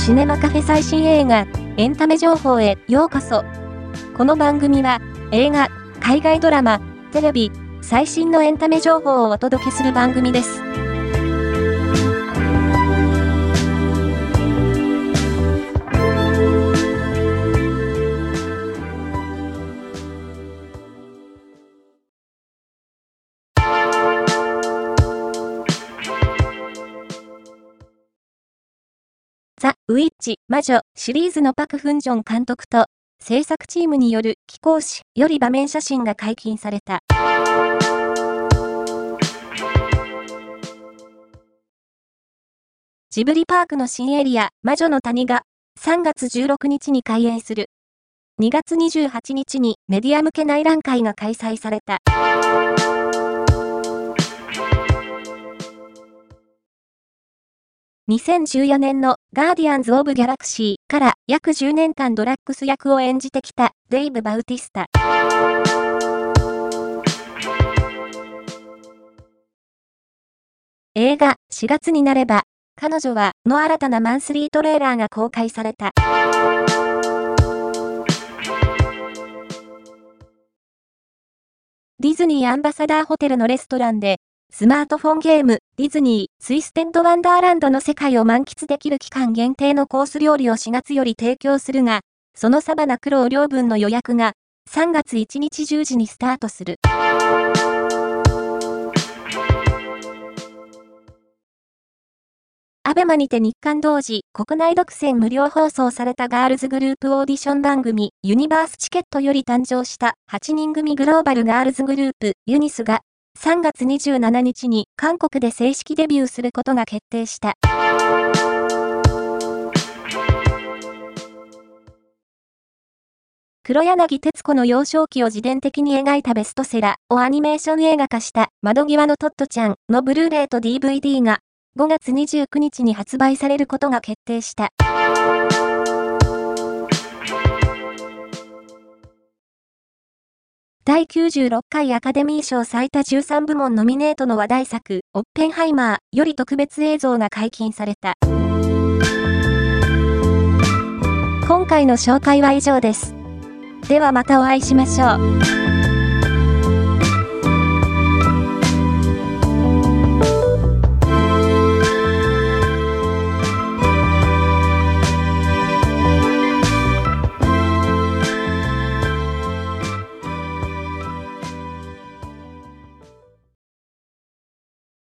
シネマカフェ最新映画、エンタメ情報へようこそ。この番組は、映画、海外ドラマ、テレビ、最新のエンタメ情報をお届けする番組です。ザ・ウィッチ・魔女シリーズのパク・フンジョン監督と制作チームによる貴公子より場面写真が解禁された。ジブリパークの新エリア魔女の谷が3月16日に開園する。2月28日にメディア向け内覧会が開催された。2014年のガーディアンズ・オブ・ギャラクシーから約10年間ドラッグス役を演じてきたデイブ・バウティスタ。映画4月になれば彼女はの新たなマンスリートレーラーが公開された。ディズニーアンバサダーホテルのレストランでスマートフォンゲーム、ディズニー、ツイステッドワンダーランドの世界を満喫できる期間限定のコース料理を4月より提供するが、そのサバナクロウ両分の予約が3月1日10時にスタートする。アベマにて日韓同時、国内独占無料放送されたガールズグループオーディション番組、ユニバースチケットより誕生した8人組グローバルガールズグループ、ユニスが、3月27日に韓国で正式デビューすることが決定した。黒柳徹子の幼少期を自伝的に描いたベストセラーをアニメーション映画化した窓際のトットちゃんのブルーレイと DVD が5月29日に発売されることが決定した。第96回アカデミー賞最多13部門ノミネートの話題作、オッペンハイマーより特別映像が解禁された。今回の紹介は以上です。ではまたお会いしましょう。